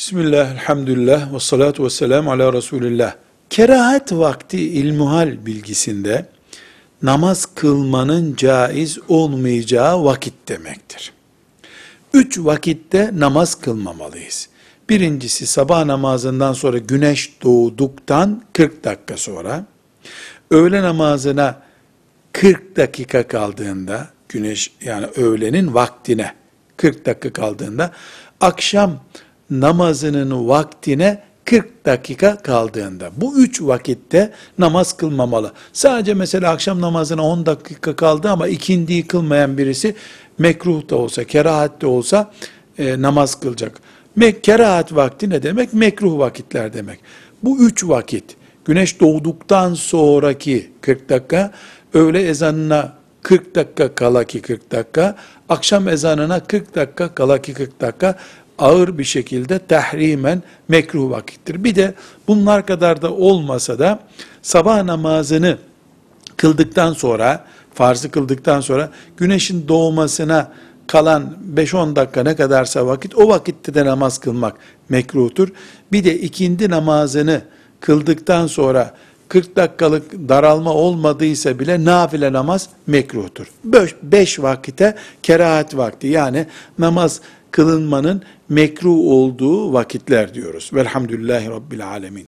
Bismillah, elhamdülillah, ve salatu ve selamu ala Resulillah. Kerahat vakti ilmuhal bilgisinde namaz kılmanın caiz olmayacağı vakit demektir. 3 vakitte namaz kılmamalıyız. Birincisi sabah namazından sonra güneş doğduktan 40 dakika sonra, öğle namazına 40 dakika kaldığında, güneş yani öğlenin vaktine 40 dakika kaldığında, akşam namazının vaktine 40 dakika kaldığında, bu 3 vakitte namaz kılmamalı. Sadece mesela akşam namazına 10 dakika kaldı ama ikindiyi kılmayan birisi mekruh da olsa, kerahat de olsa namaz kılacak. Kerahat vakti ne demek? Mekruh vakitler demek. Bu 3 vakit, güneş doğduktan sonraki 40 dakika, öğle ezanına 40 dakika kala ki 40 dakika, akşam ezanına 40 dakika kala ki 40 dakika, ağır bir şekilde tahrimen mekruh vakittir. Bir de bunlar kadar da olmasa da sabah namazını kıldıktan sonra, farzı kıldıktan sonra güneşin doğmasına kalan 5-10 dakika ne kadarsa vakit, o vakitte de namaz kılmak mekruhtur. Bir de ikindi namazını kıldıktan sonra 40 dakikalık daralma olmadıysa bile nafile namaz mekruhtur. 5 vakite kerahat vakti, yani namaz kılınmanın mekruh olduğu vakitler diyoruz. Velhamdülillahi Rabbil alemin.